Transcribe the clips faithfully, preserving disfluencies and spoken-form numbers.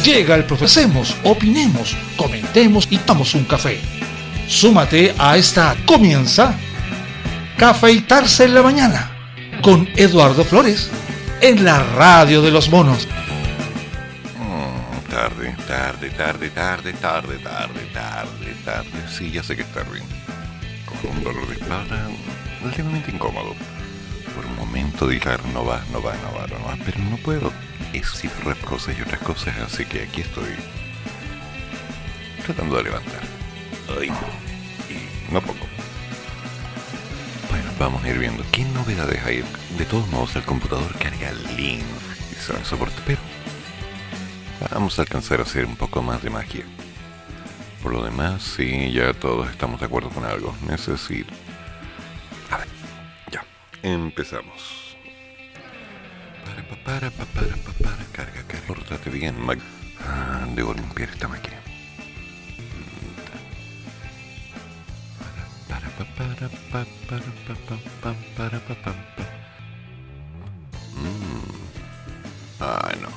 Llega el profesor. Hacemos, opinemos, comentemos y tomamos un café. Súmate a esta. Comienza Cafeitarse en la Mañana con Eduardo Flores en la radio de los monos. Mm, tarde, tarde, tarde, tarde, tarde, tarde, tarde, tarde. Sí, ya sé que es tarde. Con un dolor de espalda levemente incómodo. Por un momento dije, no va, no va, no va, no va, pero no puedo. Es cifrar cosas y otras cosas, así que aquí estoy tratando de levantar. Ay, y no poco. Bueno, vamos a ir viendo qué novedades hay. De todos modos, el computador carga link y se me soporta, pero vamos a alcanzar a hacer un poco más de magia. Por lo demás, sí, ya todos estamos de acuerdo con algo. Necesito... A ver, ya, empezamos. Para, para, para, para, para, carga, carga. Pórtate bien, Mac. Ah, debo limpiar esta máquina. Para, para, para, para, para, para, para, para, para, para. Ah, no.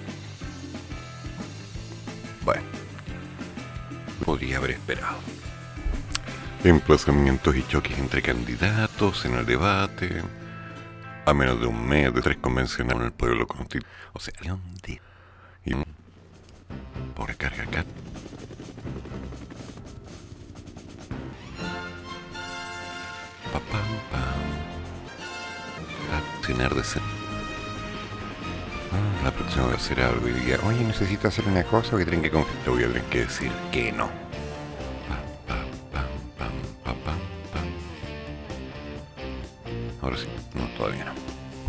Bueno. Podría haber esperado. Emplazamientos y choques entre candidatos en el debate. A menos de un mes de tres convencionales en el pueblo constituyente. O sea, ¿dónde? Y por carga acá. Pa pam pam. Accionar de ser. Ah, la próxima voy a hacer algo y diga, oye, necesito hacer una cosa que tienen que confiar. Le voy a tener que decir que no. Pa, pa, pam, pam, pa, pam, pam. Ahora sí, no, todavía no.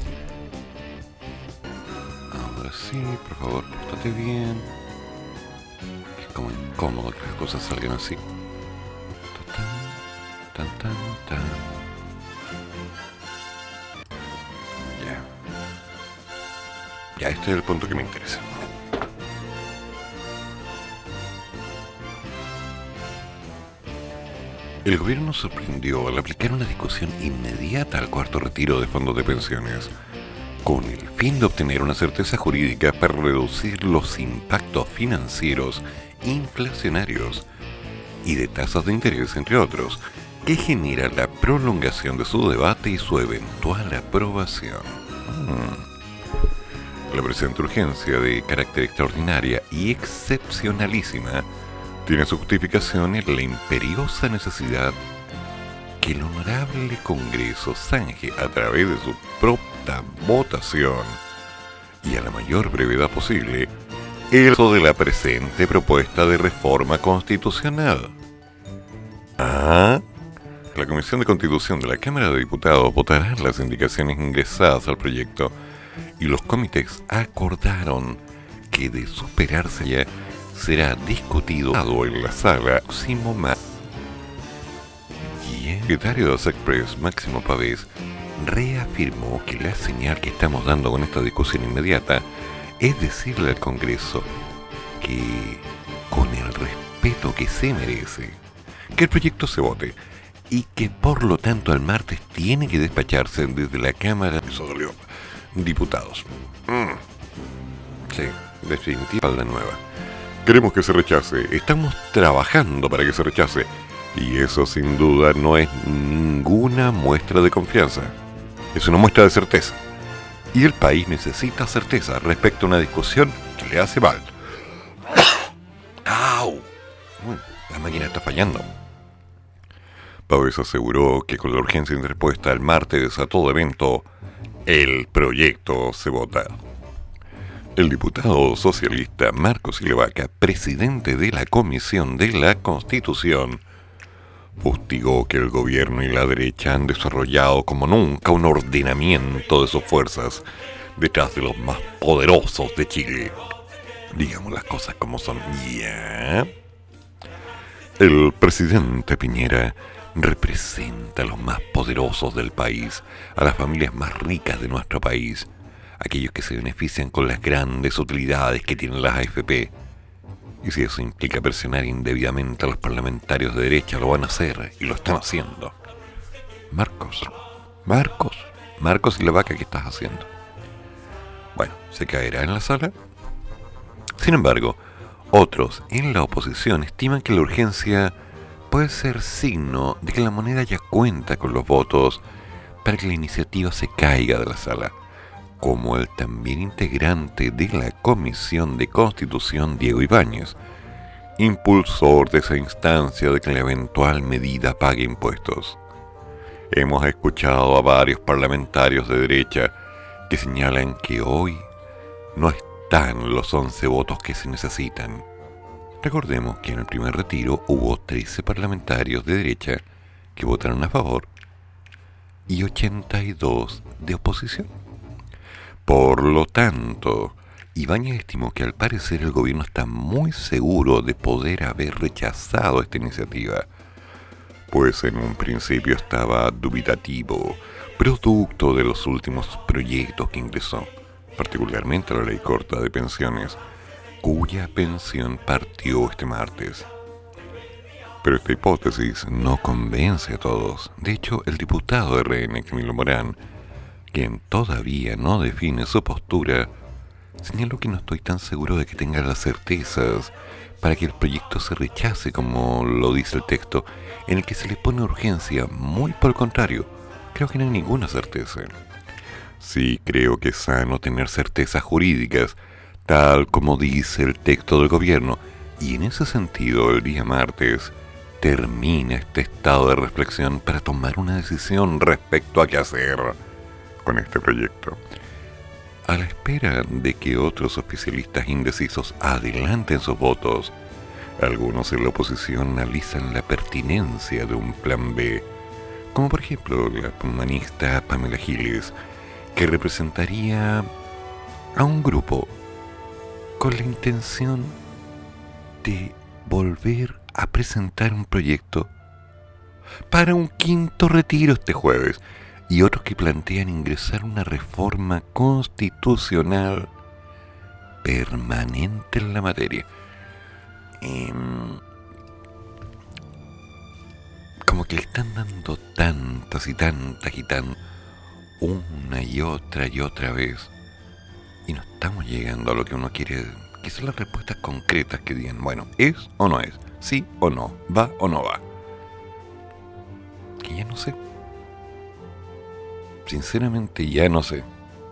Ahora sí, por favor, pórtate bien. Es como incómodo que las cosas salgan así. Tan, tan, tan, tan. Ya. Ya, este es el punto que me interesa. El gobierno sorprendió al aplicar una discusión inmediata al cuarto retiro de fondos de pensiones, con el fin de obtener una certeza jurídica para reducir los impactos financieros inflacionarios y de tasas de interés, entre otros, que genera la prolongación de su debate y su eventual aprobación. Hmm. La presente urgencia de carácter extraordinaria y excepcionalísima tiene su justificación en la imperiosa necesidad que el honorable Congreso zanje a través de su propia votación y a la mayor brevedad posible el uso de la presente propuesta de reforma constitucional. Ah, la Comisión de Constitución de la Cámara de Diputados votará las indicaciones ingresadas al proyecto y los comités acordaron que, de superarse ya, será discutido en la sala Simo más. Y el secretario de Express, Máximo Pavés, reafirmó que la señal que estamos dando con esta discusión inmediata es decirle al Congreso que, con el respeto que se merece, que el proyecto se vote y que por lo tanto el martes tiene que despacharse desde la Cámara de Diputados. Mm. Sí, definitiva la nueva. Queremos que se rechace, estamos trabajando para que se rechace, y eso sin duda no es ninguna muestra de confianza, es una muestra de certeza. Y el país necesita certeza respecto a una discusión que le hace mal. ¡Au! La máquina está fallando. Pavés aseguró que con la urgencia interpuesta el martes a todo evento, el proyecto se vota. El diputado socialista Marco Silvaca, presidente de la Comisión de la Constitución, fustigó que el gobierno y la derecha han desarrollado como nunca un ordenamiento de sus fuerzas detrás de los más poderosos de Chile. Digamos las cosas como son. ¿Ya? El presidente Piñera representa a los más poderosos del país, a las familias más ricas de nuestro país, aquellos que se benefician con las grandes utilidades que tienen las A F P. Y si eso implica presionar indebidamente a los parlamentarios de derecha, lo van a hacer, y lo están haciendo. Marcos, Marcos, Marcos y la vaca, ¿qué estás haciendo? Bueno, ¿se caerá en la sala? Sin embargo, otros en la oposición estiman que la urgencia puede ser signo de que la moneda ya cuenta con los votos para que la iniciativa se caiga de la sala, como el también integrante de la Comisión de Constitución, Diego Ibáñez, impulsor de esa instancia de que la eventual medida pague impuestos. Hemos escuchado a varios parlamentarios de derecha que señalan que hoy no están los once votos que se necesitan. Recordemos que en el primer retiro hubo trece parlamentarios de derecha que votaron a favor y ochenta y dos de oposición. Por lo tanto, Ibáñez estimó que al parecer el gobierno está muy seguro de poder haber rechazado esta iniciativa, pues en un principio estaba dubitativo, producto de los últimos proyectos que ingresó, particularmente la ley corta de pensiones, cuya pensión partió este martes. Pero esta hipótesis no convence a todos. De hecho, el diputado de R N, Camilo Morán, quien todavía no define su postura, señaló que no estoy tan seguro de que tenga las certezas para que el proyecto se rechace como lo dice el texto, en el que se le pone urgencia. Muy por el contrario, creo que no hay ninguna certeza. Sí, creo que es sano tener certezas jurídicas, tal como dice el texto del gobierno, y en ese sentido el día martes termina este estado de reflexión para tomar una decisión respecto a qué hacer con este proyecto. A la espera de que otros oficialistas indecisos adelanten sus votos, algunos en la oposición analizan la pertinencia de un plan B, como por ejemplo la humanista Pamela Giles, que representaría a un grupo con la intención de volver a presentar un proyecto para un quinto retiro este jueves, y otros que plantean ingresar una reforma constitucional permanente en la materia. Eh, como que le están dando tantas y tantas y tan una y otra y otra vez, y no estamos llegando a lo que uno quiere, que son las respuestas concretas que digan, bueno, ¿es o no es? ¿Sí o no? ¿Va o no va? Que ya no sé. Sinceramente ya no sé.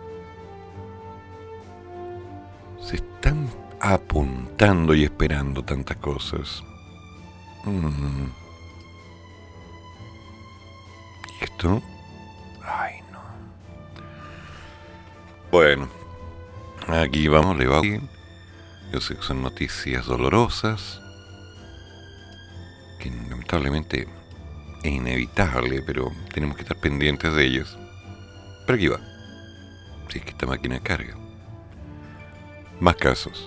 Se están apuntando y esperando tantas cosas. Mm. ¿Y esto? Ay, no. Bueno, aquí vamos, le va bien. Yo sé que son noticias dolorosas, que lamentablemente es inevitable, pero tenemos que estar pendientes de ellas. Pero aquí va. Si es que esta máquina carga. Más casos.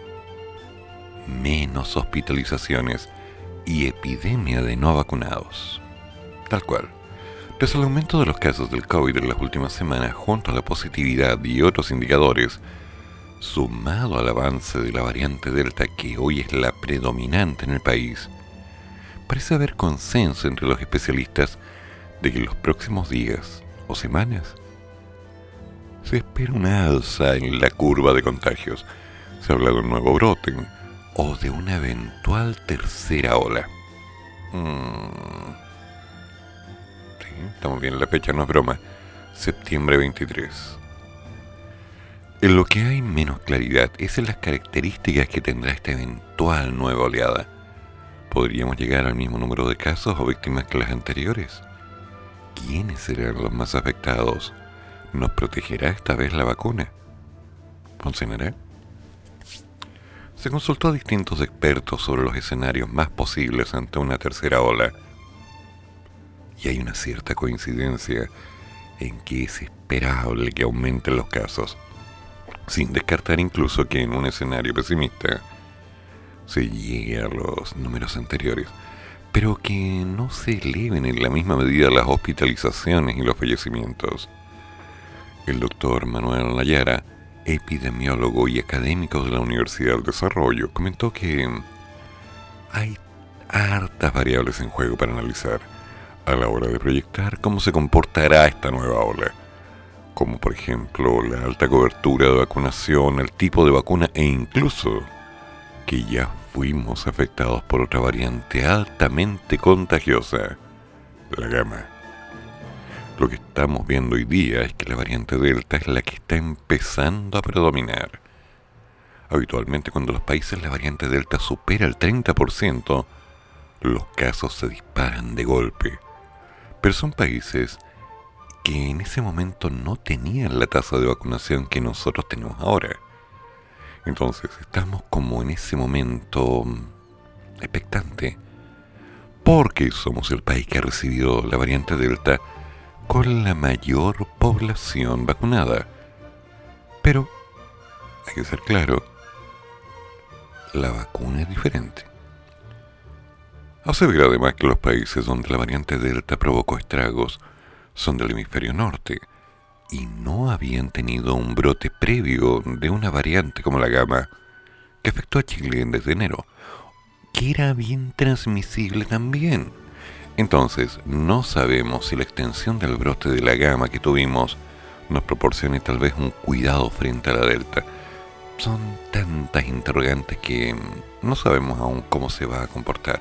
Menos hospitalizaciones y epidemia de no vacunados. Tal cual. Tras el aumento de los casos del COVID en las últimas semanas, junto a la positividad y otros indicadores, sumado al avance de la variante Delta, que hoy es la predominante en el país, parece haber consenso entre los especialistas de que en los próximos días o semanas se espera una alza en la curva de contagios. Se habla de un nuevo brote o de una eventual tercera ola. Mm. Sí, estamos bien, la fecha no es broma. septiembre veintitrés. En lo que hay menos claridad es en las características que tendrá esta eventual nueva oleada. ¿Podríamos llegar al mismo número de casos o víctimas que las anteriores? ¿Quiénes serán los más afectados? ¿Nos protegerá esta vez la vacuna? ¿Funcionará? Se consultó a distintos expertos sobre los escenarios más posibles ante una tercera ola, y hay una cierta coincidencia en que es esperable que aumenten los casos, sin descartar incluso que en un escenario pesimista se llegue a los números anteriores, pero que no se eleven en la misma medida las hospitalizaciones y los fallecimientos. El doctor Manuel Nayara, epidemiólogo y académico de la Universidad del Desarrollo, comentó que hay hartas variables en juego para analizar a la hora de proyectar cómo se comportará esta nueva ola, como por ejemplo la alta cobertura de vacunación, el tipo de vacuna e incluso que ya fuimos afectados por otra variante altamente contagiosa, la Gamma. Lo que estamos viendo hoy día es que la variante Delta es la que está empezando a predominar. Habitualmente cuando los países la variante Delta supera el treinta por ciento, los casos se disparan de golpe. Pero son países que en ese momento no tenían la tasa de vacunación que nosotros tenemos ahora. Entonces estamos como en ese momento expectante, porque somos el país que ha recibido la variante Delta con la mayor población vacunada. Pero, hay que ser claro, la vacuna es diferente. Asevera además que los países donde la variante Delta provocó estragos son del hemisferio norte y no habían tenido un brote previo de una variante como la Gamma que afectó a Chile desde enero, que era bien transmisible también. Entonces, no sabemos si la extensión del brote de la Gamma que tuvimos nos proporcione tal vez un cuidado frente a la Delta. Son tantas interrogantes que no sabemos aún cómo se va a comportar.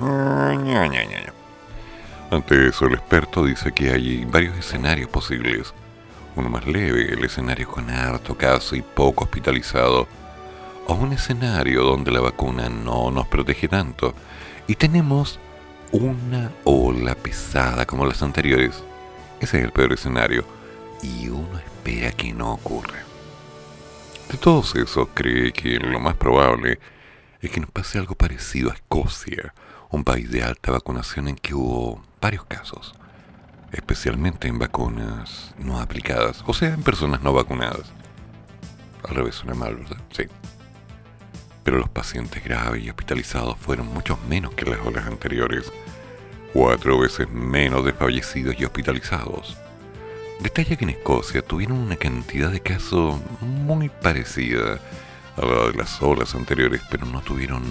Ante eso, el experto dice que hay varios escenarios posibles. Uno más leve, el escenario con harto caso y poco hospitalizado, o un escenario donde la vacuna no nos protege tanto, y tenemos una ola pesada como las anteriores. Ese es el peor escenario, y uno espera que no ocurra. De todos esos, cree que lo más probable es que nos pase algo parecido a Escocia, un país de alta vacunación en que hubo varios casos, especialmente en vacunas no aplicadas, o sea, en personas no vacunadas. Al revés suena mal, ¿verdad? Sí. Pero los pacientes graves y hospitalizados fueron muchos menos que las olas anteriores, cuatro veces menos de fallecidos y hospitalizados. Detalla que en Escocia tuvieron una cantidad de casos muy parecida a la de las olas anteriores, pero no tuvieron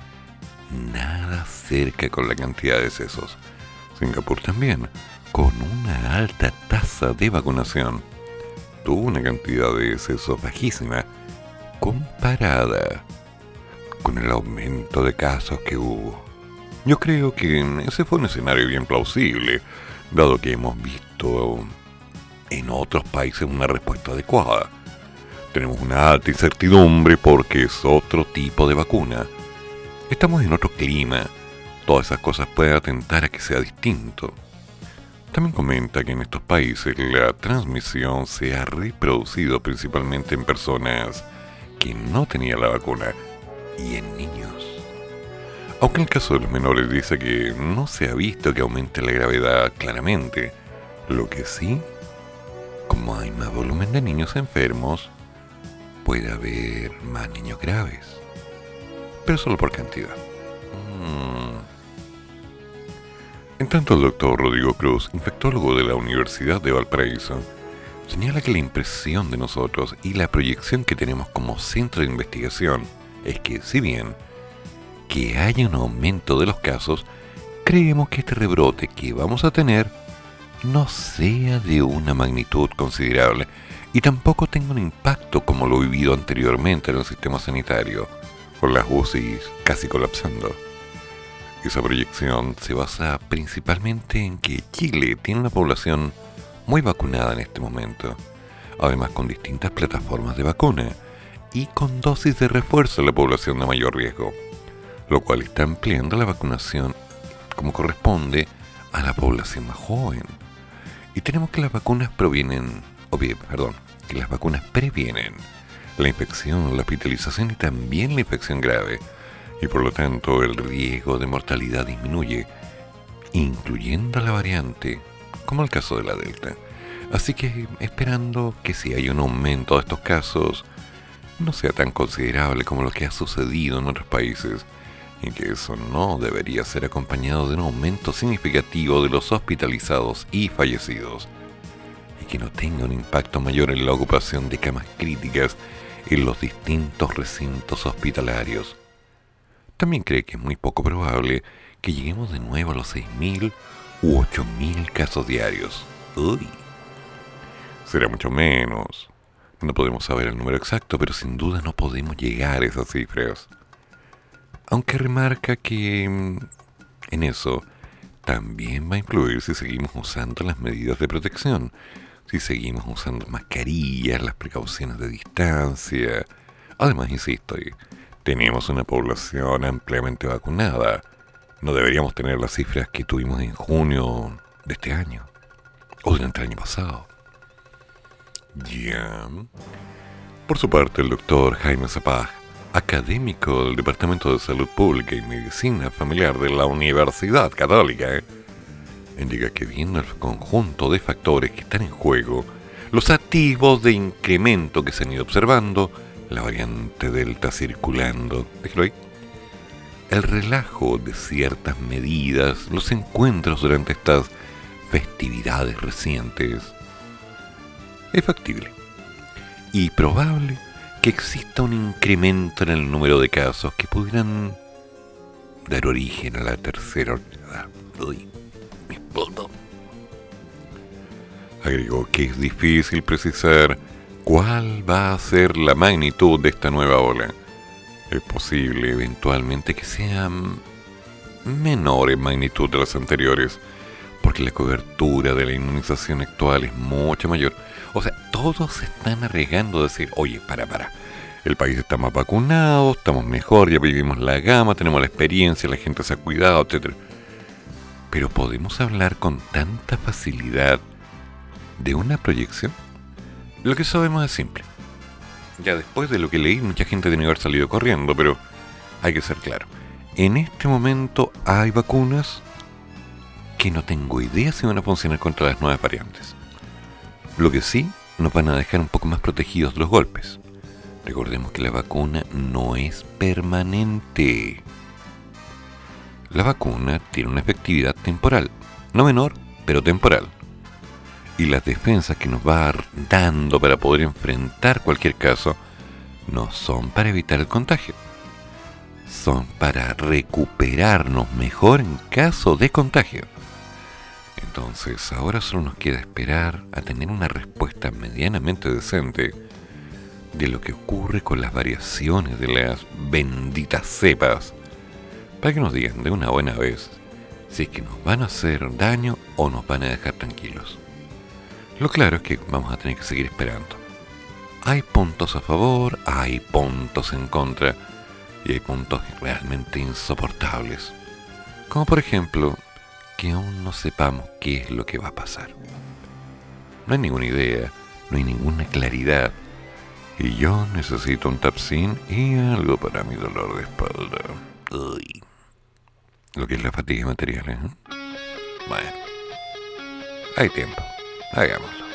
nada cerca con la cantidad de decesos. Singapur también, con una alta tasa de vacunación, tuvo una cantidad de decesos bajísima comparada con el aumento de casos que hubo. Yo creo que ese fue un escenario bien plausible, dado que hemos visto en otros países una respuesta adecuada. Tenemos una alta incertidumbre porque es otro tipo de vacuna. Estamos en otro clima. Todas esas cosas pueden atentar a que sea distinto. También comenta que en estos países la transmisión se ha reproducido principalmente en personas que no tenían la vacuna y en niños. Aunque en el caso de los menores dice que no se ha visto que aumente la gravedad claramente. Lo que sí, como hay más volumen de niños enfermos, puede haber más niños graves. Pero solo por cantidad. Mm. En tanto, el doctor Rodrigo Cruz, infectólogo de la Universidad de Valparaíso, señala que la impresión de nosotros y la proyección que tenemos como centro de investigación es que, si bien que haya un aumento de los casos, creemos que este rebrote que vamos a tener no sea de una magnitud considerable y tampoco tenga un impacto como lo vivido anteriormente en el sistema sanitario, con las U C Is casi colapsando. Esa proyección se basa principalmente en que Chile tiene una población muy vacunada en este momento, además con distintas plataformas de vacuna y con dosis de refuerzo a la población de mayor riesgo, lo cual está ampliando la vacunación como corresponde a la población más joven. Y tenemos que las vacunas provienen, o bien, perdón, que las vacunas previenen la infección, la hospitalización y también la infección grave, y por lo tanto el riesgo de mortalidad disminuye, incluyendo la variante, como el caso de la Delta. Así que esperando que si hay un aumento de estos casos, no sea tan considerable como lo que ha sucedido en otros países, y que eso no debería ser acompañado de un aumento significativo de los hospitalizados y fallecidos, y que no tenga un impacto mayor en la ocupación de camas críticas en los distintos recintos hospitalarios. También cree que es muy poco probable que lleguemos de nuevo a los seis mil u ocho mil casos diarios. Uy, será mucho menos. No podemos saber el número exacto, pero sin duda no podemos llegar a esas cifras. aunque remarca que en eso también va a influir si seguimos usando las medidas de protección, si seguimos usando mascarillas, las precauciones de distancia. Además, insisto, tenemos una población ampliamente vacunada. No deberíamos tener las cifras que tuvimos en junio de este año, o durante el año pasado. Ya. Por su parte, el doctor Jaime Zapag, académico del Departamento de Salud Pública y Medicina Familiar de la Universidad Católica, ¿eh? indica que viendo el conjunto de factores que están en juego, los activos de incremento que se han ido observando, la variante Delta circulando, déjalo ahí, el relajo de ciertas medidas, los encuentros durante estas festividades recientes, es factible y probable que exista un incremento en el número de casos que pudieran dar origen a la tercera oleada. Uy, me exploto. Agregó que es difícil precisar cuál va a ser la magnitud de esta nueva ola. Es posible eventualmente que sea menor en magnitud de las anteriores, porque la cobertura de la inmunización actual es mucho mayor. O sea, todos se están arriesgando a decir, oye, para, para, el país está más vacunado, estamos mejor, ya vivimos la gama, tenemos la experiencia, la gente se ha cuidado, etcétera. Pero ¿podemos hablar con tanta facilidad de una proyección? Lo que sabemos es simple. Ya después de lo que leí, mucha gente tiene que haber salido corriendo, pero hay que ser claro. En este momento hay vacunas que no tengo idea si van a funcionar contra las nuevas variantes. Lo que sí, nos van a dejar un poco más protegidos de los golpes. Recordemos que la vacuna no es permanente. La vacuna tiene una efectividad temporal, no menor, pero temporal. Y las defensas que nos va dando para poder enfrentar cualquier caso no son para evitar el contagio. Son para recuperarnos mejor en caso de contagio. Entonces, ahora solo nos queda esperar a tener una respuesta medianamente decente de lo que ocurre con las variaciones de las benditas cepas, para que nos digan de una buena vez si es que nos van a hacer daño o nos van a dejar tranquilos. Lo claro es que vamos a tener que seguir esperando. Hay puntos a favor, hay puntos en contra, y hay puntos realmente insoportables. Como por ejemplo, que aún no sepamos qué es lo que va a pasar. No hay ninguna idea, no hay ninguna claridad. Y yo necesito un Tapsin y algo para mi dolor de espalda. Uy. Lo que es la fatiga material, ¿eh? Bueno. Hay tiempo. Hagámoslo.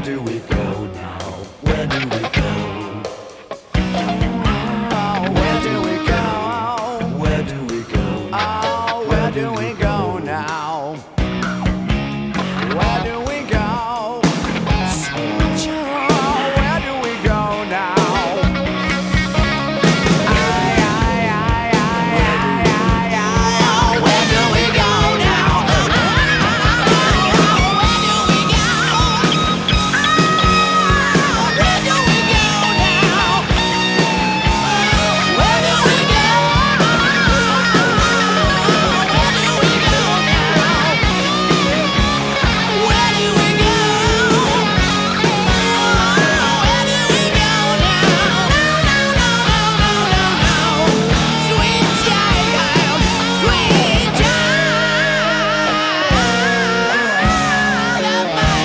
do we go now? Where do we go? Oh, where do we go? Where do we go? Oh, where do we go now? Where do we go? Sweet child, where do we go now? Ay, ay, ay, ay, ay, ay, ay, oh, where do we go now? Where do we go? Where do we go now? Where do we go? Where do we go now? Where do we go? Where do we go now? No, no, no, no, no, no. Sweet child, sweet child of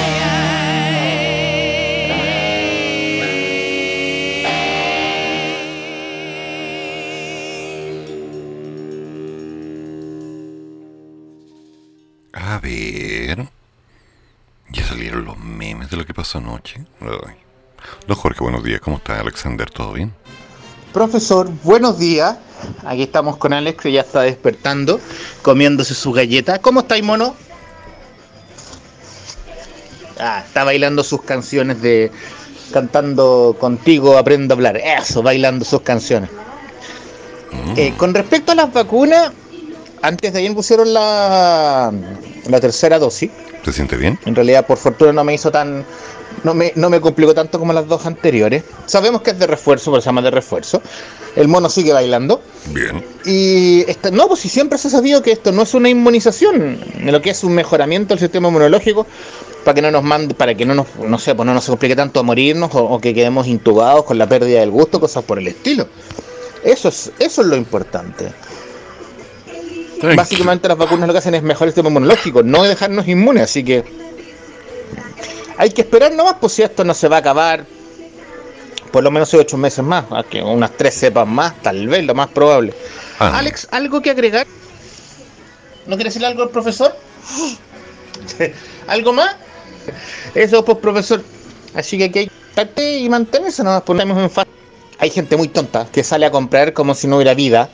A ver. Ya salieron los memes de lo que pasó anoche. Ay. Don Jorge, buenos días. ¿Cómo está, Alexander? ¿Todo bien? Profesor, buenos días. Aquí estamos con Alex, que ya está despertando, comiéndose su galleta. ¿Cómo estáis, mono? Ah, está bailando sus canciones de... Cantando contigo aprendo a hablar. Eso, bailando sus canciones. Mm. Eh, con respecto a las vacunas, antes de ayer pusieron la, la tercera dosis. ¿Se siente bien? En realidad, por fortuna, no me hizo tan... No me, no me complicó tanto como las dos anteriores. Sabemos que es de refuerzo, pero se llama de refuerzo. El mono sigue bailando. Bien. Y esta, no, pues si siempre se ha sabido que esto no es una inmunización, lo que es un mejoramiento del sistema inmunológico para que no nos mande, para que no nos, no sé, pues no nos complique tanto a morirnos o, o que quedemos intubados con la pérdida del gusto, cosas por el estilo. Eso es, eso es lo importante. Tranqui- Básicamente las vacunas lo que hacen es mejorar el sistema inmunológico, no dejarnos inmunes, así que hay que esperar nomás, pues si esto no se va a acabar por lo menos ocho meses más, a que unas tres cepas más, tal vez, lo más probable. Ah, Alex, ¿algo que agregar? ¿No quiere decir algo el profesor? ¿Algo más? Eso, pues, profesor. Así que aquí hay que estar y mantenerse, no nos ponemos en fase. Hay gente muy tonta que sale a comprar como si no hubiera vida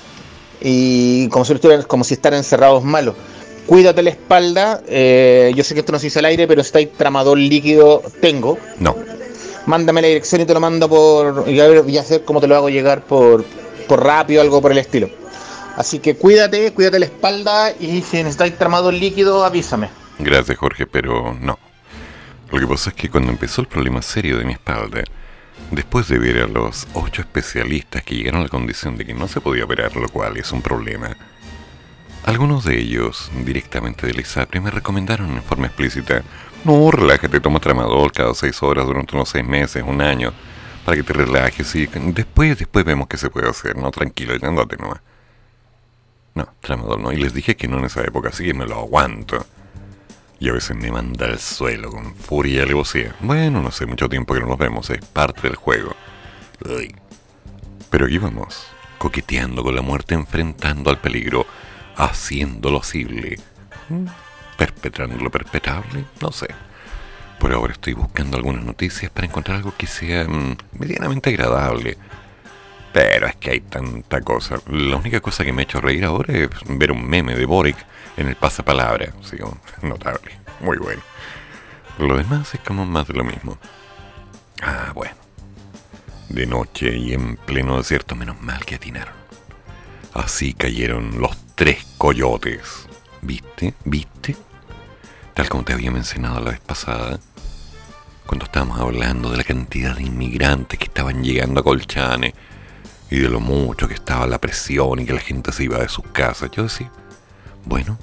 y como si, estuvieran, como si estar encerrados malos. Cuídate la espalda. Eh, yo sé que esto no se dice al aire, pero si hay tramador líquido, tengo. no. Mándame la dirección y te lo mando por... Y a ver, ya sé cómo te lo hago llegar por, por rápido, algo por el estilo. Así que cuídate, cuídate la espalda y si necesitáis tramador líquido, avísame. Gracias, Jorge, pero no. Lo que pasa es que cuando empezó el problema serio de mi espalda, después de ver a los ocho especialistas que llegaron a la condición de que no se podía operar, lo cual es un problema, algunos de ellos, directamente del ISAPRE, me recomendaron en forma explícita: no, relájate, toma tramadol cada seis horas durante unos seis meses, un año, para que te relajes y después, después vemos qué se puede hacer, no, tranquilo, ya andate nomás. No, tramadol no, y les dije que no en esa época, así que me lo aguanto. Y a veces me manda al suelo con furia y alevosía. Bueno, no sé, mucho tiempo que no nos vemos, es parte del juego. Uy. Pero aquí vamos, coqueteando con la muerte, enfrentando al peligro, haciendo lo posible, perpetrando lo perpetrable, no sé. Por ahora estoy buscando algunas noticias para encontrar algo que sea mmm, medianamente agradable. Pero es que hay tanta cosa. La única cosa que me ha hecho reír ahora es ver un meme de Boric en el pasapalabra. Sí, notable, muy bueno. Lo demás es como más de lo mismo. Ah, bueno. De noche y en pleno desierto, menos mal que atinaron. Así cayeron los tres coyotes. ¿Viste? ¿Viste? Tal como te había mencionado la vez pasada, cuando estábamos hablando de la cantidad de inmigrantes que estaban llegando a Colchane y de lo mucho que estaba la presión y que la gente se iba de sus casas, yo decía, bueno,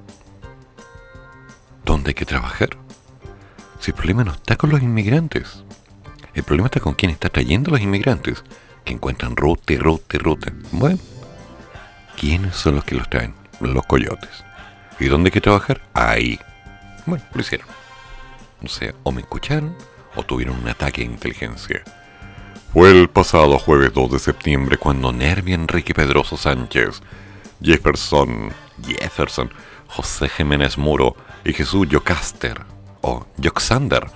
¿dónde hay que trabajar? Si el problema no está con los inmigrantes, el problema está con quién está trayendo a los inmigrantes, que encuentran ruta y ruta y ruta. Bueno, ¿quiénes son los que los traen? Los coyotes. ¿Y dónde hay que trabajar? Ahí. Bueno, lo hicieron. O sea, o me escucharon o tuvieron un ataque de inteligencia. Fue el pasado jueves dos de septiembre cuando Nervio Enrique Pedroso Sánchez, Jefferson, Jefferson, José Jiménez Muro y Jesús Yocaster, o Yoxander,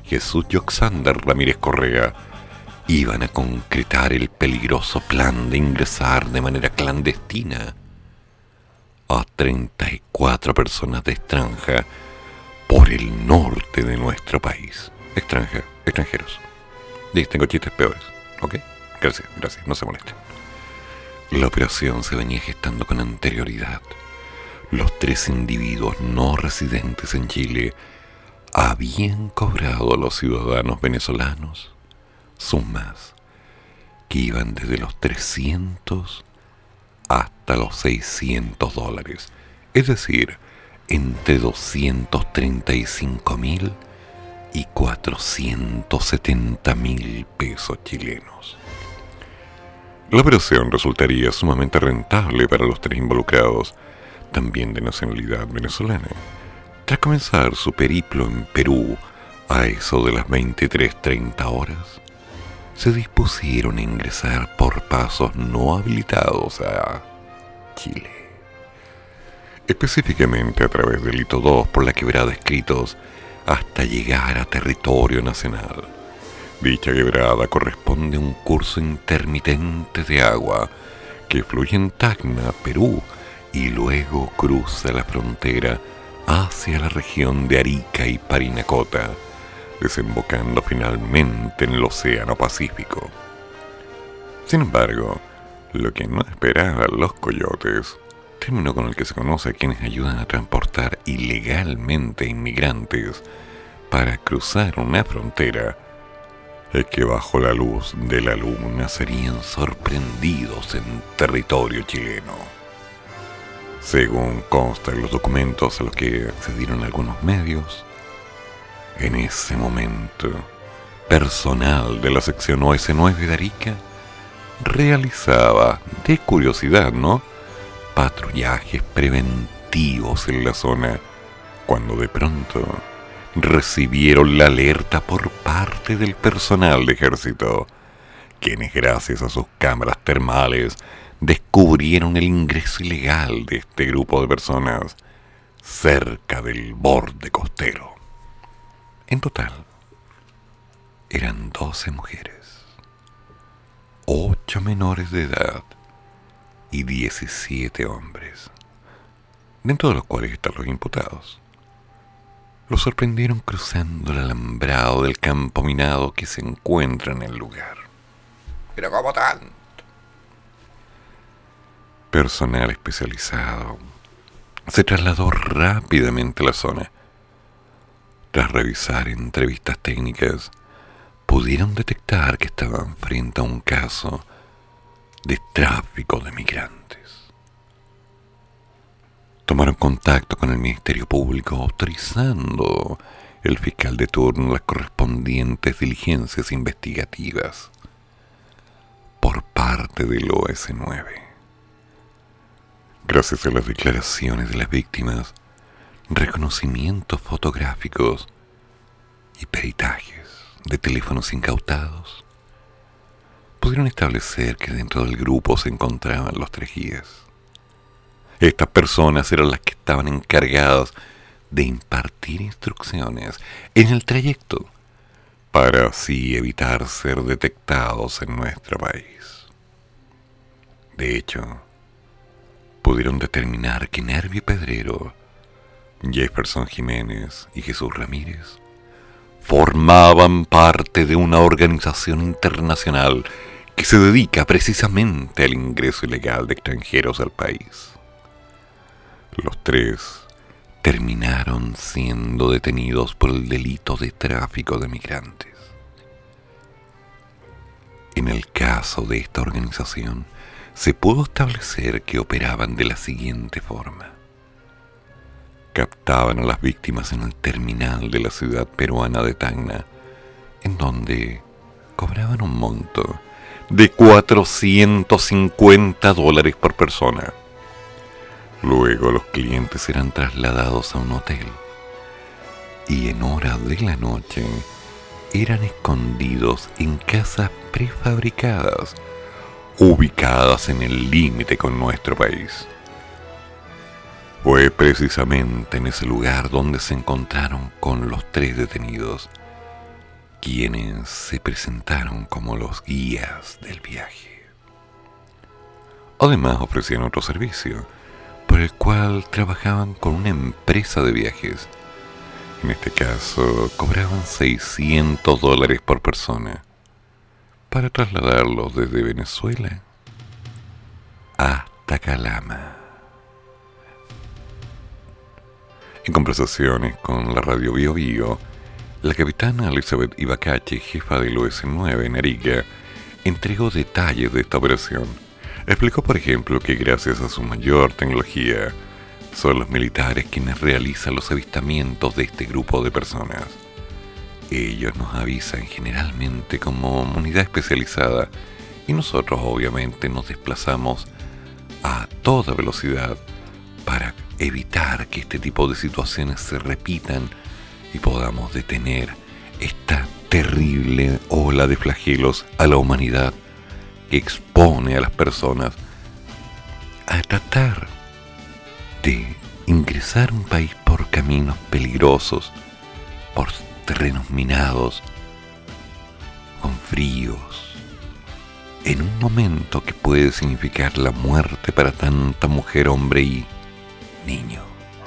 Jesús Yoxander Ramírez Correa iban a concretar el peligroso plan de ingresar de manera clandestina a treinta y cuatro personas de extranjera por el norte de nuestro país. Extranjera, extranjeros. Y tengo chistes peores, ¿ok? Gracias, gracias, no se molesten. La operación se venía gestando con anterioridad. Los tres individuos no residentes en Chile habían cobrado a los ciudadanos venezolanos sumas que iban desde los trescientos hasta los seiscientos dólares, es decir, entre doscientos treinta y cinco mil y cuatrocientos setenta mil pesos chilenos. La operación resultaría sumamente rentable para los tres involucrados, también de nacionalidad venezolana. Tras comenzar su periplo en Perú, a eso de las veintitrés treinta horas, se dispusieron a ingresar por pasos no habilitados a Chile. Específicamente a través del hito dos por la quebrada Escritos hasta llegar a territorio nacional. Dicha quebrada corresponde a un curso intermitente de agua que fluye en Tacna, Perú, y luego cruza la frontera hacia la región de Arica y Parinacota, desembocando finalmente en el Océano Pacífico. Sin embargo, lo que no esperaban los coyotes, término con el que se conoce a quienes ayudan a transportar ilegalmente inmigrantes para cruzar una frontera, es que bajo la luz de la luna serían sorprendidos en territorio chileno. Según consta en los documentos a los que accedieron algunos medios, en ese momento, personal de la sección O S nueve de Arica realizaba, de curiosidad, ¿no?, patrullajes preventivos en la zona, cuando de pronto recibieron la alerta por parte del personal de ejército, quienes gracias a sus cámaras termales descubrieron el ingreso ilegal de este grupo de personas cerca del borde costero. En total, eran doce mujeres, ocho menores de edad y diecisiete hombres, dentro de los cuales están los imputados. Los sorprendieron cruzando el alambrado del campo minado que se encuentra en el lugar. Pero ¿cómo tanto? Personal especializado se trasladó rápidamente a la zona. Tras revisar entrevistas técnicas, pudieron detectar que estaban frente a un caso de tráfico de migrantes. Tomaron contacto con el Ministerio Público, autorizando el fiscal de turno las correspondientes diligencias investigativas por parte del O S nueve. Gracias a las declaraciones de las víctimas, reconocimientos fotográficos y peritajes de teléfonos incautados, pudieron establecer que dentro del grupo se encontraban los tres guías. Estas personas eran las que estaban encargadas de impartir instrucciones en el trayecto para así evitar ser detectados en nuestro país. De hecho, pudieron determinar que Nervi Pedrero, Jefferson Jiménez y Jesús Ramírez formaban parte de una organización internacional que se dedica precisamente al ingreso ilegal de extranjeros al país. Los tres terminaron siendo detenidos por el delito de tráfico de migrantes. En el caso de esta organización, se pudo establecer que operaban de la siguiente forma. Captaban a las víctimas en el terminal de la ciudad peruana de Tacna, en donde cobraban un monto de cuatrocientos cincuenta dólares por persona. Luego los clientes eran trasladados a un hotel y en horas de la noche eran escondidos en casas prefabricadas ubicadas en el límite con nuestro país. Fue precisamente en ese lugar donde se encontraron con los tres detenidos quienes se presentaron como los guías del viaje. Además ofrecían otro servicio, por el cual trabajaban con una empresa de viajes. En este caso, cobraban seiscientos dólares por persona para trasladarlos desde Venezuela hasta Calama. En conversaciones con la radio Bio Bio, la capitana Elizabeth Ibacache, jefa del U S nueve en Arica, entregó detalles de esta operación. Explicó, por ejemplo, que gracias a su mayor tecnología, son los militares quienes realizan los avistamientos de este grupo de personas. Ellos nos avisan generalmente como unidad especializada y nosotros obviamente nos desplazamos a toda velocidad para evitar que este tipo de situaciones se repitan y podamos detener esta terrible ola de flagelos a la humanidad que expone a las personas a tratar de ingresar a un país por caminos peligrosos, por terrenos minados, con fríos, en un momento que puede significar la muerte para tanta mujer, hombre y niño.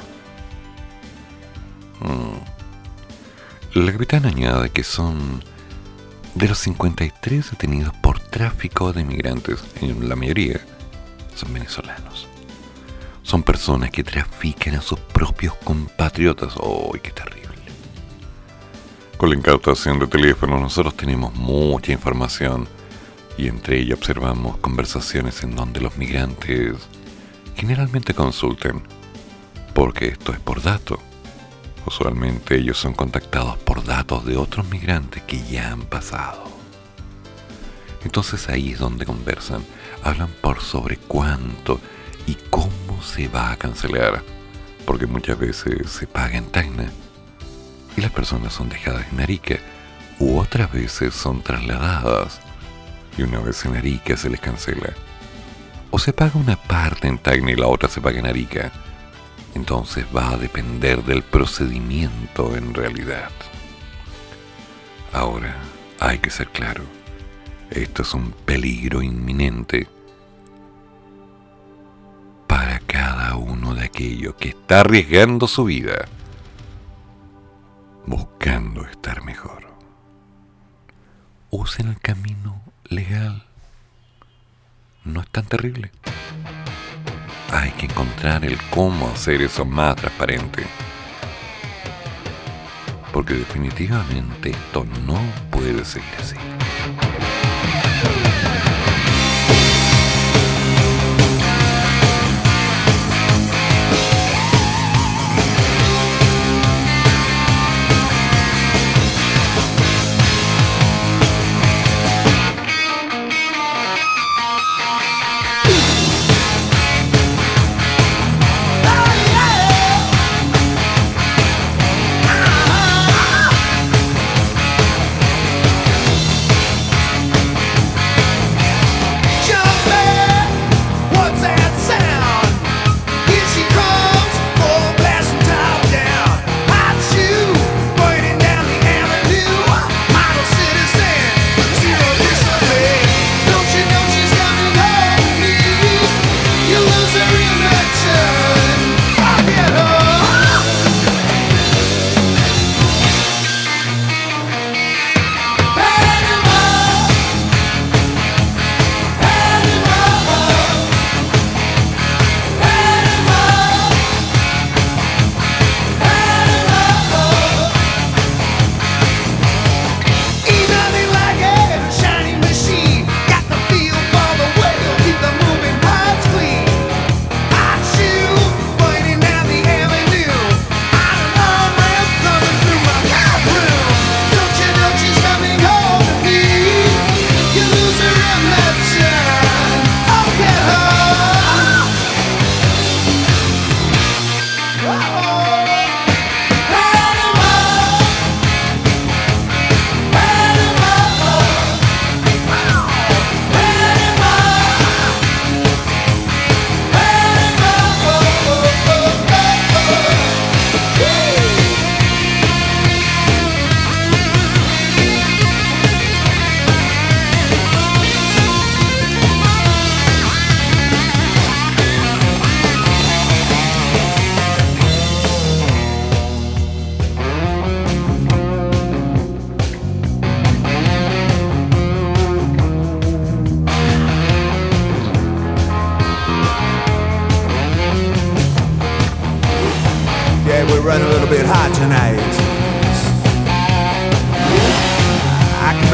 Mm. La capitana añade que son de los cincuenta y tres detenidos por tráfico de migrantes, en la mayoría son venezolanos. Son personas que trafican a sus propios compatriotas. ¡Oh, qué terrible! Con la incautación de teléfonos nosotros tenemos mucha información y entre ellas observamos conversaciones en donde los migrantes generalmente consultan, porque esto es por dato. Usualmente ellos son contactados por datos de otros migrantes que ya han pasado. Entonces ahí es donde conversan, hablan por sobre cuánto y cómo se va a cancelar, porque muchas veces se paga en Tacna y las personas son dejadas en Arica, u otras veces son trasladadas y una vez en Arica se les cancela. O se paga una parte en Tacna y la otra se paga en Arica. Entonces va a depender del procedimiento en realidad. Ahora, hay que ser claro, esto es un peligro inminente para cada uno de aquellos que está arriesgando su vida buscando estar mejor. Usen el camino legal. No es tan terrible. Hay que encontrar el cómo hacer eso más transparente. Porque definitivamente esto no puede seguir así.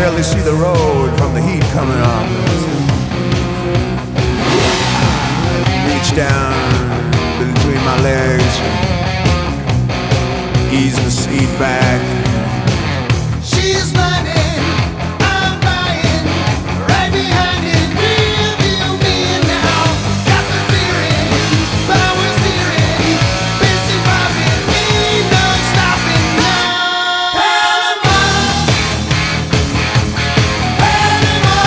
barely see the road from the heat coming up. Reach down between my legs, ease the seat back. She's lightning, I'm buying, right behind it, real deal me now. Got the feeling, power steering, busy robbing me, no stopping now. Panama, Panama,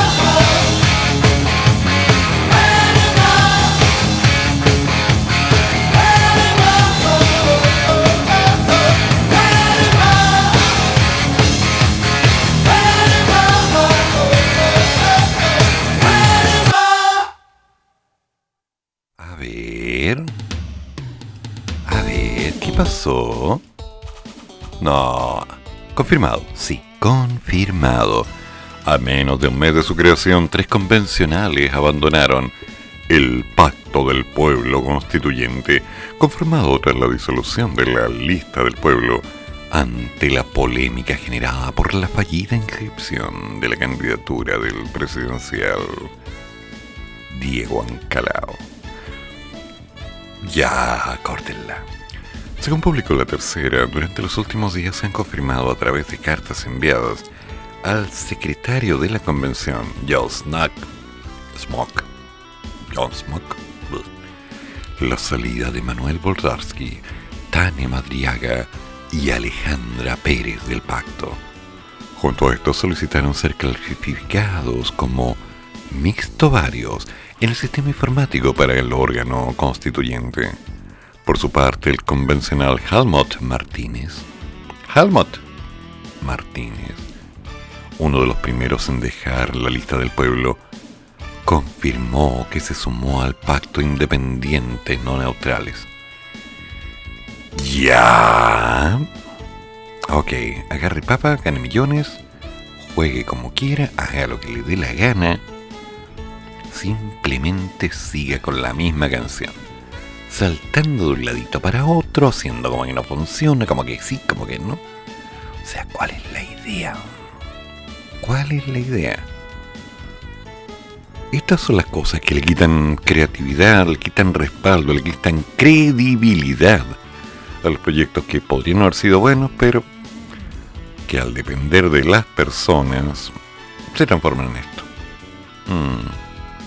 A ver. A ver, ¿qué pasó? No. Confirmado. Sí, confirmado. A menos de un mes de su creación, tres convencionales abandonaron el Pacto del Pueblo Constituyente, conformado tras la disolución de la Lista del Pueblo, ante la polémica generada por la fallida inscripción de la candidatura del presidencial Diego Ancalao. Ya, córtenla. Según publicó La Tercera, durante los últimos días se han confirmado a través de cartas enviadas al secretario de la convención, John Snock, Smock, John Smock, la salida de Manuel Boldarsky, Tania Madriaga y Alejandra Pérez del pacto. Junto a esto solicitaron ser clasificados como mixto varios en el sistema informático para el órgano constituyente. Por su parte, el convencional Helmut Martínez, Helmut Martínez, uno de los primeros en dejar la lista del pueblo, confirmó que se sumó al pacto independiente no neutrales. Ya. Ok, agarre papa, gane millones, juegue como quiera, haga lo que le dé la gana. Simplemente siga con la misma canción, saltando de un ladito para otro, haciendo como que no funciona, como que sí, como que no. O sea, ¿cuál es la idea? ¿Cuál es la idea? Estas son las cosas que le quitan creatividad, le quitan respaldo, le quitan credibilidad a los proyectos que podrían haber sido buenos, pero que al depender de las personas se transforman en esto. Mm.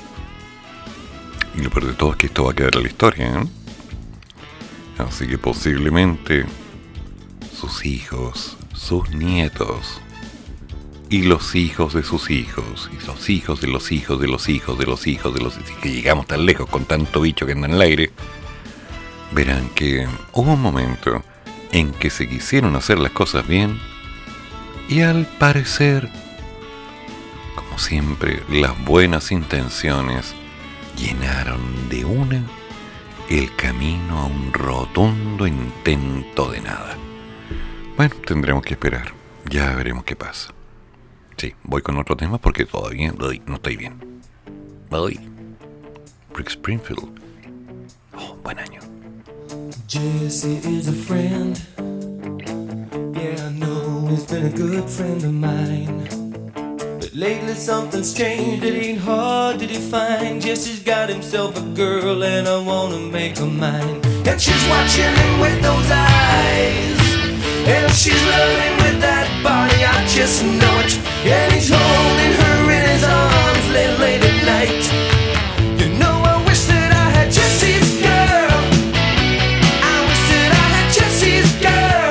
Y lo peor de todo es que esto va a quedar en la historia, ¿eh? Así que posiblemente sus hijos, sus nietos y los hijos de sus hijos y los hijos de los hijos de los hijos de los hijos de los hijos, que llegamos tan lejos con tanto bicho que anda en el aire, verán que hubo un momento en que se quisieron hacer las cosas bien y al parecer, como siempre, las buenas intenciones llenaron de una el camino a un rotundo intento de nada. Bueno, tendremos que esperar. Ya veremos qué pasa. Sí, voy con otro tema porque todavía no estoy bien. Voy. Rick Springfield. Oh, buen año. Jesse is a friend. Yeah, I know he's been a good friend of mine. Lately something's changed, it ain't hard to define. Jesse's got himself a girl and I wanna make her mine. And she's watching him with those eyes, and she's loving with that body, I just know it. And he's holding her in his arms late, late at night. You know I wish that I had Jesse's girl. I wish that I had Jesse's girl.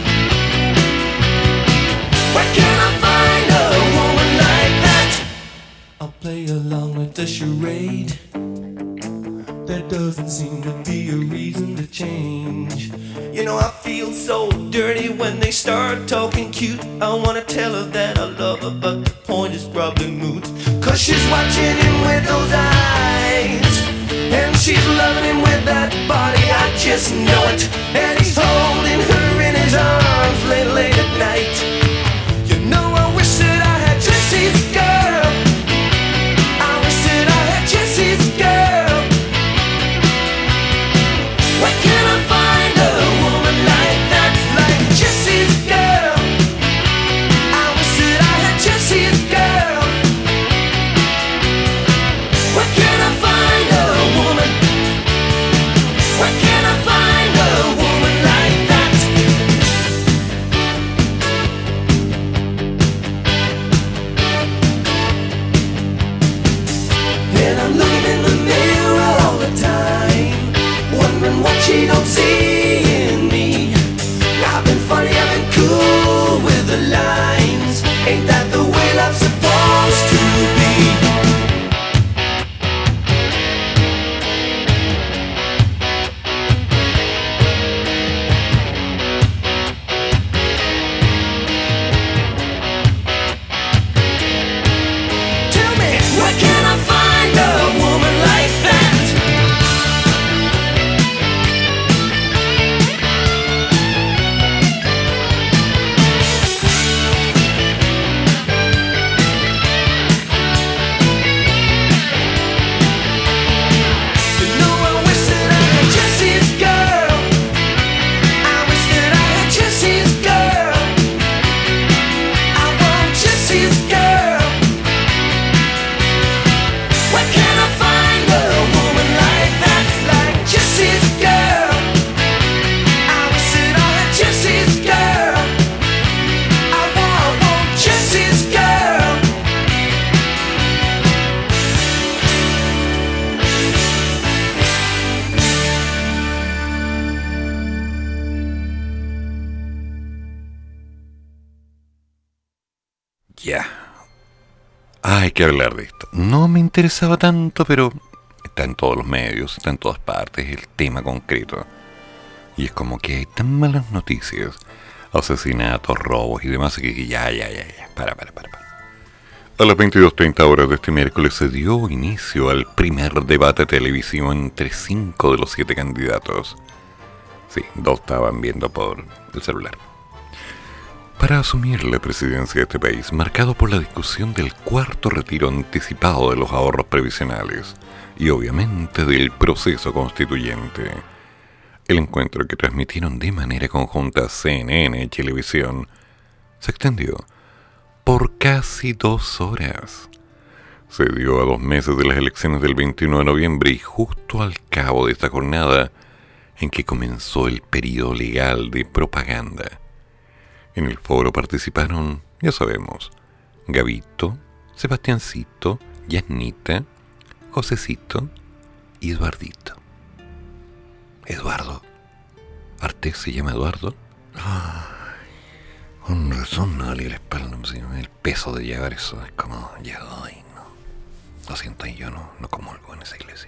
Where can I find a woman like that? I'll play along with the charade. There doesn't seem to be a reason to change. You know I feel so dirty when they start talking cute. I wanna tell her that I love her, but the point is probably moot. Cause she's watching him with those eyes, and she's loving him with that body, I just know it. And he's holding her in his arms late, late at night. You know I wish that I had Jesse's girl. I wish that I had Jesse's girl. Where can I find a woman like that, like Jesse's girl? I wish that I had Jesse's Ya. Hay que hablar de esto. No me interesaba tanto, pero está en todos los medios, está en todas partes, el tema concreto. Y es como que hay tan malas noticias, asesinatos, robos y demás, que ya, ya, ya, ya, para, para, para, para. A las veintidós treinta horas de este miércoles se dio inicio al primer debate televisivo entre cinco de los siete candidatos. Sí, dos estaban viendo por el celular. Para asumir la presidencia de este país, marcado por la discusión del cuarto retiro anticipado de los ahorros previsionales y obviamente del proceso constituyente. El encuentro que transmitieron de manera conjunta C N N y Televisión se extendió por casi dos horas. Se dio a dos meses de las elecciones del veintiuno de noviembre y justo al cabo de esta jornada en que comenzó el periodo legal de propaganda. En el foro participaron, ya sabemos, Gabito, Sebastiancito, Yasnita, Josecito y Eduardito. Eduardo. ¿Artés se llama Eduardo? Ay, con razón no dolía la espalda. El peso de llevar eso es como, ya, ay, no. Lo siento, y yo no, no comulgo en esa iglesia.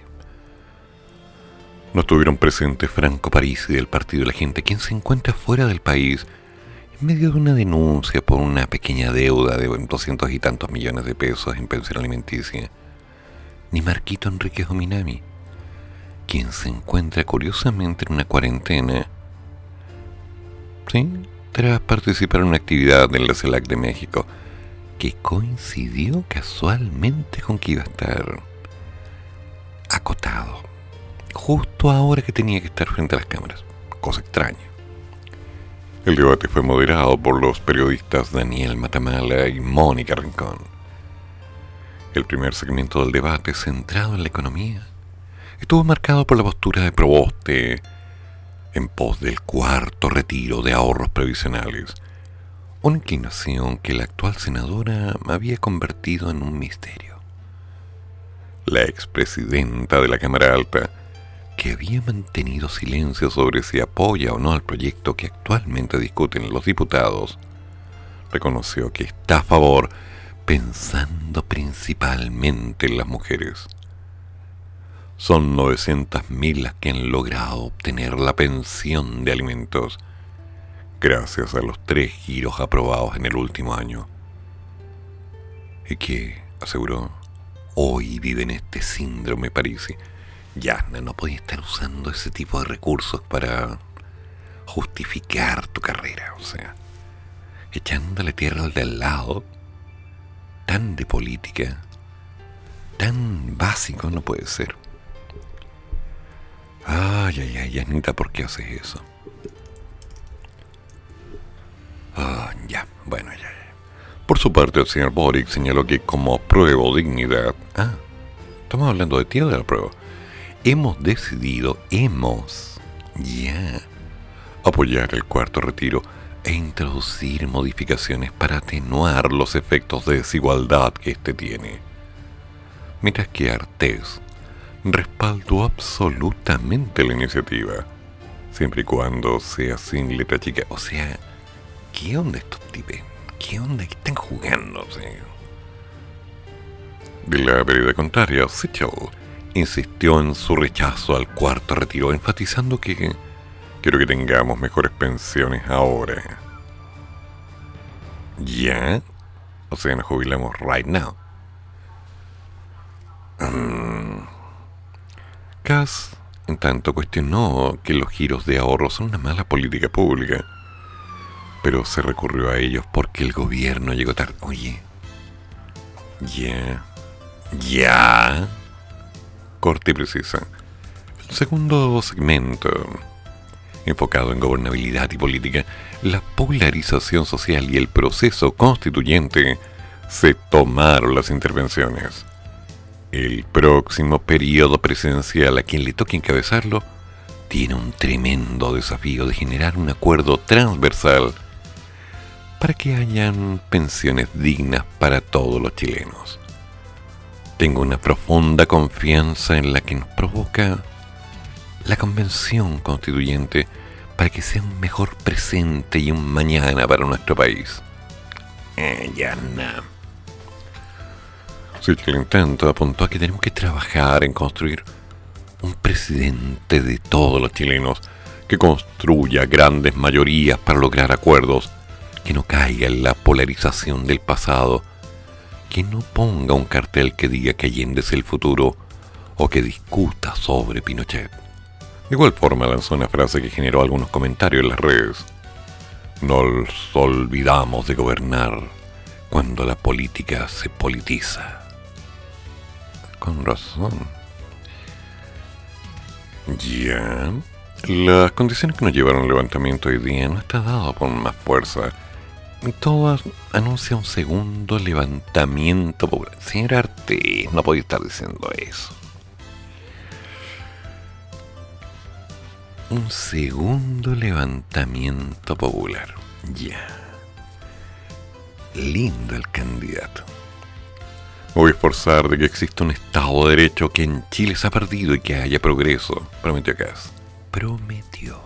No estuvieron presentes Franco Parisi del Partido de la Gente, quien se encuentra fuera del país en medio de una denuncia por una pequeña deuda de doscientos y tantos millones de pesos en pensión alimenticia, ni Marquito Enríquez Ominami, quien se encuentra curiosamente en una cuarentena, ¿sí?, tras participar en una actividad en la CELAC de México, que coincidió casualmente con que iba a estar acotado, justo ahora que tenía que estar frente a las cámaras, cosa extraña. El debate fue moderado por los periodistas Daniel Matamala y Mónica Rincón. El primer segmento del debate, centrado en la economía, estuvo marcado por la postura de Proboste en pos del cuarto retiro de ahorros previsionales, una inclinación que la actual senadora había convertido en un misterio. La expresidenta de la Cámara Alta, que había mantenido silencio sobre si apoya o no al proyecto que actualmente discuten los diputados, reconoció que está a favor, pensando principalmente en las mujeres. Son novecientas mil las que han logrado obtener la pensión de alimentos gracias a los tres giros aprobados en el último año, y que, aseguró, hoy viven este síndrome Parisi. Yasna, no podías estar usando ese tipo de recursos para justificar tu carrera, o sea, echándole tierra al de al lado, tan de política, tan básico no puede ser. Ay, ay, ay, Yasnita, ¿por qué haces eso? Ah, ya, bueno, ya, ya. Por su parte, el señor Boric señaló que como prueba o dignidad... Ah, estamos hablando de ti o de la prueba. Hemos decidido, hemos, ya, apoyar el cuarto retiro e introducir modificaciones para atenuar los efectos de desigualdad que éste tiene. Mientras que Artés respaldó absolutamente la iniciativa, siempre y cuando sea sin letra chica. O sea, ¿qué onda estos tipos? ¿Qué onda? ¿Qué están jugando? O sea, de la vereda contraria, Sichel insistió en su rechazo al cuarto retiro, enfatizando que quiero que tengamos mejores pensiones ahora. ¿Ya? O sea, nos jubilamos right now. Um, Kass, en tanto, cuestionó que los giros de ahorro son una mala política pública, pero se recurrió a ellos porque el gobierno llegó tarde. Oye, ya, ya... Corte y precisa. El segundo segmento, enfocado en gobernabilidad y política, la polarización social y el proceso constituyente, se tomaron las intervenciones. El próximo periodo presidencial, a quien le toque encabezarlo, tiene un tremendo desafío de generar un acuerdo transversal para que hayan pensiones dignas para todos los chilenos. Tengo una profunda confianza en la que nos provoca la Convención Constituyente para que sea un mejor presente y un mañana para nuestro país. Eh, ya no. Sichel, en tanto, apuntó a que tenemos que trabajar en construir un presidente de todos los chilenos que construya grandes mayorías para lograr acuerdos, que no caiga en la polarización del pasado, que no ponga un cartel que diga que Allende es el futuro o que discuta sobre Pinochet. De igual forma lanzó una frase que generó algunos comentarios en las redes. Nos olvidamos de gobernar cuando la política se politiza. Con razón. Ya. Las condiciones que nos llevaron al levantamiento hoy día no está dado por más fuerza. Y todo anuncia un segundo levantamiento popular. Señor Artés, no podía estar diciendo eso. Un segundo levantamiento popular. Ya. Lindo el candidato. Me voy a esforzar de que exista un Estado de Derecho que en Chile se ha perdido y que haya progreso, prometió Kast. Prometió.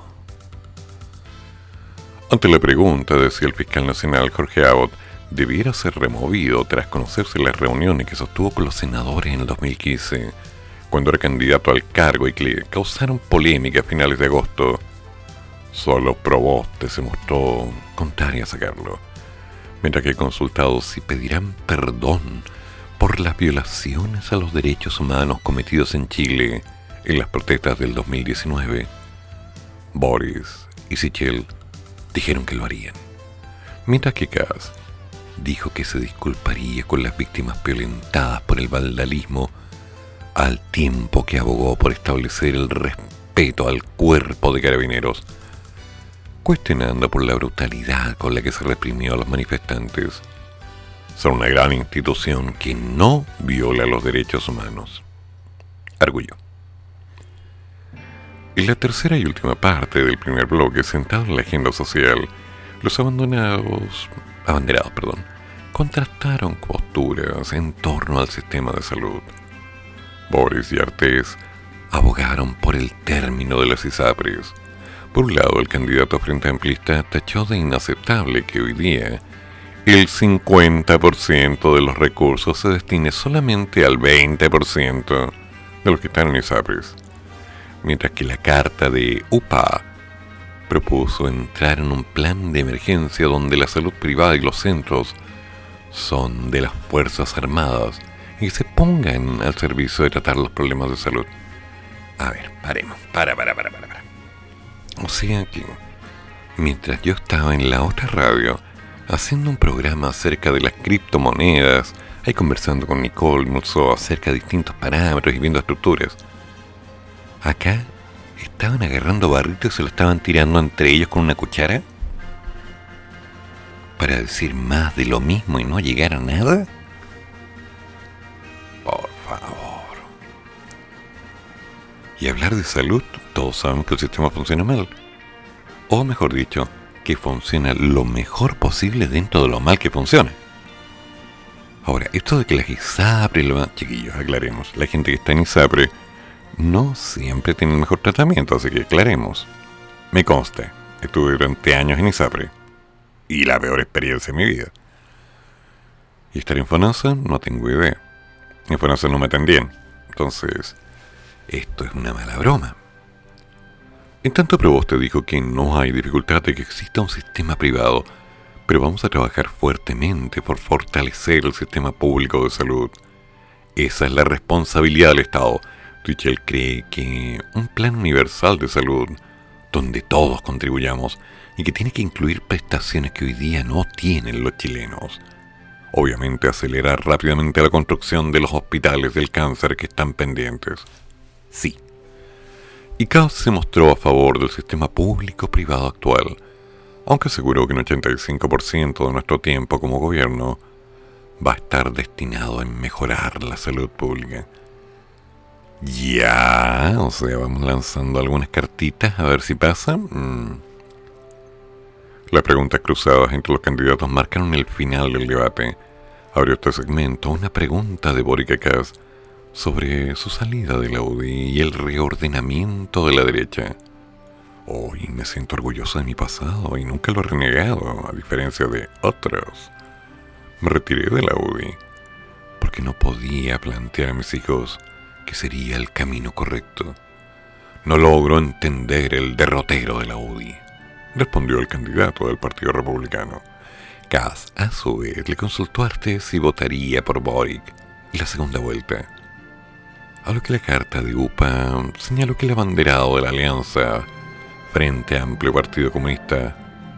Ante la pregunta de si el fiscal nacional Jorge Abbott debiera ser removido tras conocerse las reuniones que sostuvo con los senadores en el dos mil quince, cuando era candidato al cargo y que le causaron polémica a finales de agosto, solo Proboste se mostró contrario a sacarlo, mientras que consultados si pedirán perdón por las violaciones a los derechos humanos cometidos en Chile en las protestas del dos mil diecinueve, Boris y Sichel dijeron que lo harían, mientras que Kast dijo que se disculparía con las víctimas violentadas por el vandalismo, al tiempo que abogó por establecer el respeto al cuerpo de carabineros, cuestionando por la brutalidad con la que se reprimió a los manifestantes. Son una gran institución que no viola los derechos humanos, arguyó. En la tercera y última parte del primer bloque, sentado en la agenda social, los abandonados, abanderados, perdón, contrastaron posturas en torno al sistema de salud. Boris y Artés abogaron por el término de las ISAPRES. Por un lado, el candidato Frente Amplista tachó de inaceptable que hoy día el cincuenta por ciento de los recursos se destine solamente al veinte por ciento de los que están en ISAPRES, mientras que la carta de U P A propuso entrar en un plan de emergencia donde la salud privada y los centros son de las Fuerzas Armadas y que se pongan al servicio de tratar los problemas de salud. A ver, paremos, para, para, para, para, para. O sea que, mientras yo estaba en la otra radio, haciendo un programa acerca de las criptomonedas, ahí conversando con Nicole Mulso acerca de distintos parámetros y viendo estructuras, acá estaban agarrando barritos y se lo estaban tirando entre ellos con una cuchara para decir más de lo mismo y no llegar a nada. Por favor. Y hablar de salud, todos sabemos que el sistema funciona mal. O mejor dicho, que funciona lo mejor posible dentro de lo mal que funciona. Ahora, esto de que las ISAPRE, lo... chiquillos, aclaremos, la gente que está en ISAPRE no siempre tiene el mejor tratamiento, así que aclaremos. Me consta, estuve durante años en ISAPRE y la peor experiencia de mi vida. Y estar en FONASA, no tengo idea. En FONASA no me atendían, entonces esto es una mala broma. En tanto, Proboste dijo que no hay dificultad de que exista un sistema privado, pero vamos a trabajar fuertemente por fortalecer el sistema público de salud. Esa es la responsabilidad del Estado. Sichel cree que un plan universal de salud, donde todos contribuyamos, y que tiene que incluir prestaciones que hoy día no tienen los chilenos. Obviamente acelerar rápidamente la construcción de los hospitales del cáncer que están pendientes. Sí. Y Kast se mostró a favor del sistema público-privado actual, aunque aseguró que un ochenta y cinco por ciento de nuestro tiempo como gobierno va a estar destinado a mejorar la salud pública. Ya, o sea, vamos lanzando algunas cartitas a ver si pasa. Mm. Las preguntas cruzadas entre los candidatos marcaron el final del debate. Abrió este segmento una pregunta de Boric a Kast sobre su salida de la U D I y el reordenamiento de la derecha. Hoy me siento orgulloso de mi pasado y nunca lo he renegado, a diferencia de otros. Me retiré de la U D I porque no podía plantear a mis hijos que sería el camino correcto. No logro entender el derrotero de la U D I, respondió el candidato del Partido Republicano. Kass, a su vez, le consultó a Artés si votaría por Boric en la segunda vuelta. A lo que la carta de U P A señaló que el abanderado de la alianza Frente Amplio Partido Comunista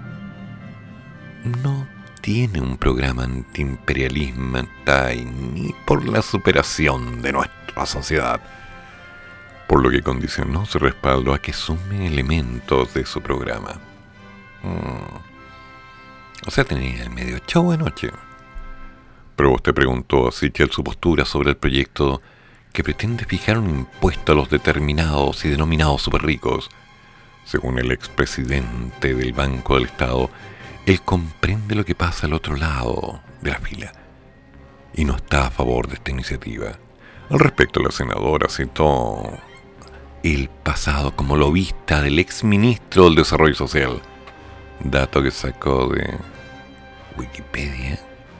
no tiene un programa antiimperialismo ni por la superación de nuestra sociedad, por lo que condicionó su respaldo a que sume elementos de su programa. Hmm. O sea, tenía el medio show anoche. Pero usted preguntó a Sichel su postura sobre el proyecto que pretende fijar un impuesto a los determinados y denominados superricos. Según el expresidente del Banco del Estado, él comprende lo que pasa al otro lado de la fila y no está a favor de esta iniciativa. Al respecto, la senadora citó el pasado como lobista del exministro del Desarrollo Social, dato que sacó de Wikipedia.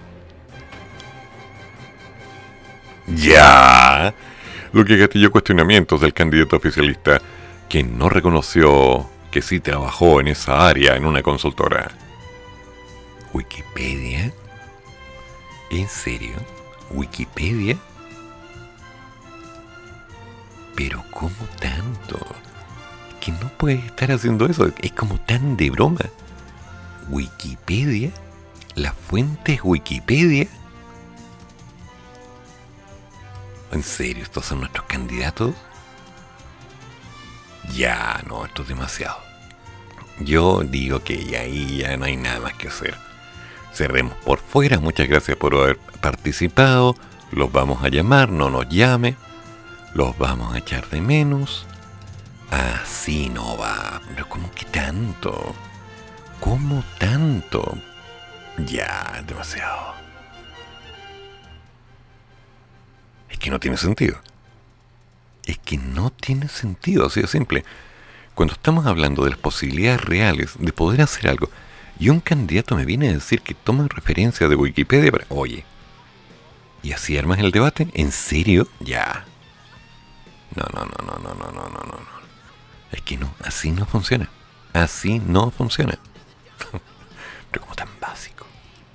Ya, lo que gatilló cuestionamientos del candidato oficialista, quien no reconoció que sí trabajó en esa área en una consultora. ¿Wikipedia? ¿En serio? ¿Wikipedia? Pero ¿cómo tanto? Que no puede estar haciendo eso, es como tan de broma. ¿Wikipedia? ¿La fuente es Wikipedia? ¿En serio estos son nuestros candidatos? Ya, no, esto es demasiado. Yo digo que ya ahí ya no hay nada más que hacer. Cerremos por fuera, muchas gracias por haber participado. Los vamos a llamar, no nos llame. Los vamos a echar de menos. Así no va. Pero ¿cómo que tanto? ¿Cómo tanto? Ya, demasiado. Es que no tiene sentido. Es que no tiene sentido, así de simple. Cuando estamos hablando de las posibilidades reales de poder hacer algo, y un candidato me viene a decir que toma referencia de Wikipedia para... Oye, ¿y así armas el debate? ¿En serio? Ya. No, no, no, no, no, no, no, no, no. Es que no, así no funciona. Así no funciona. Pero como tan básico.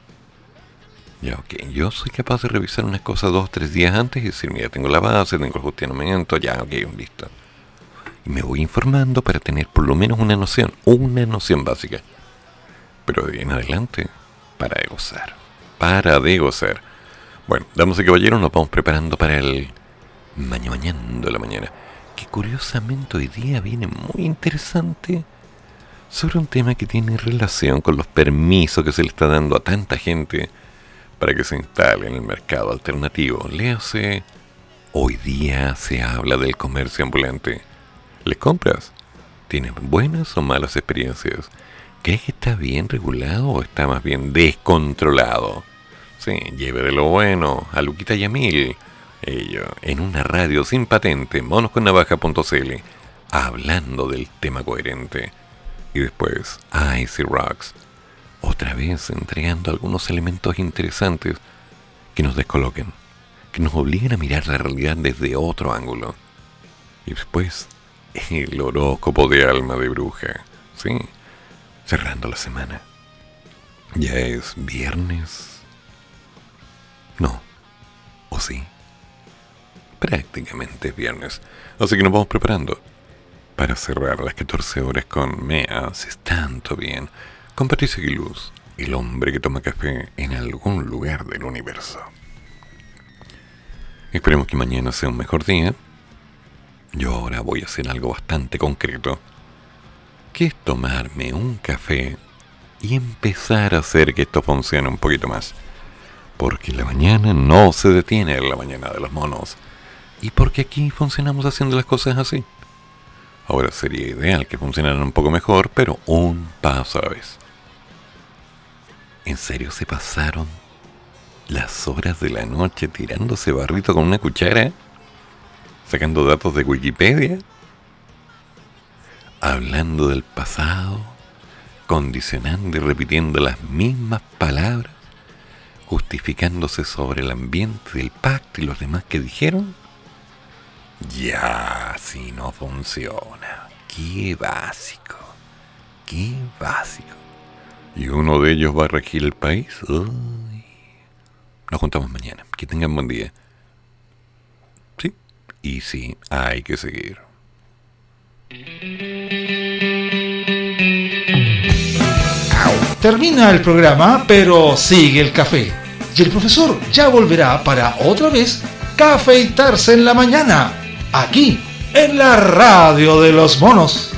Ya, ok, yo soy capaz de revisar unas cosas dos o tres días antes y decir, mira, tengo la base, tengo el justificamiento, ya, ok, listo. Y me voy informando para tener por lo menos una noción, una noción básica. Pero de ahí en adelante, para de gozar, para de gozar. Bueno, damas y caballeros, nos vamos preparando para el mañana mañana de la mañana, que curiosamente hoy día viene muy interesante sobre un tema que tiene relación con los permisos que se le está dando a tanta gente para que se instale en el mercado alternativo. Léase, hoy día se habla del comercio ambulante. ¿Les compras? ¿Tienes buenas o malas experiencias? ¿Crees que está bien regulado o está más bien descontrolado? Sí, lleve de lo bueno a Luquita Yamil, ello, en una radio sin patente, monosconnavaja punto c l, hablando del tema coherente. Y después, Icy Rocks, otra vez entregando algunos elementos interesantes que nos descoloquen, que nos obliguen a mirar la realidad desde otro ángulo. Y después, el horóscopo de alma de bruja, sí, cerrando la semana. Ya es viernes. No, ¿o sí? Prácticamente es viernes, así que nos vamos preparando para cerrar las catorce horas con Me Haces Tanto Bien, con Patricio Aguiluz, el hombre que toma café en algún lugar del universo. Esperemos que mañana sea un mejor día. Yo ahora voy a hacer algo bastante concreto, que es tomarme un café y empezar a hacer que esto funcione un poquito más. Porque la mañana no se detiene en la mañana de los monos. Y porque aquí funcionamos haciendo las cosas así. Ahora sería ideal que funcionaran un poco mejor, pero un paso a la vez. ¿En serio se pasaron las horas de la noche tirándose barrito con una cuchara? ¿Sacando datos de Wikipedia? ¿Hablando del pasado? ¿Condicionando y repitiendo las mismas palabras? justificándose sobre el ambiente del pacto y los demás que dijeron. Ya, si no funciona. Qué básico. Qué básico. ¿Y uno de ellos va a regir el país? Uy. Nos juntamos mañana. Que tengan buen día. Sí. Y sí, hay que seguir. Termina el programa, pero sigue el café. Y el profesor ya volverá para otra vez cafeitarse en la mañana, aquí, en la radio de los monos.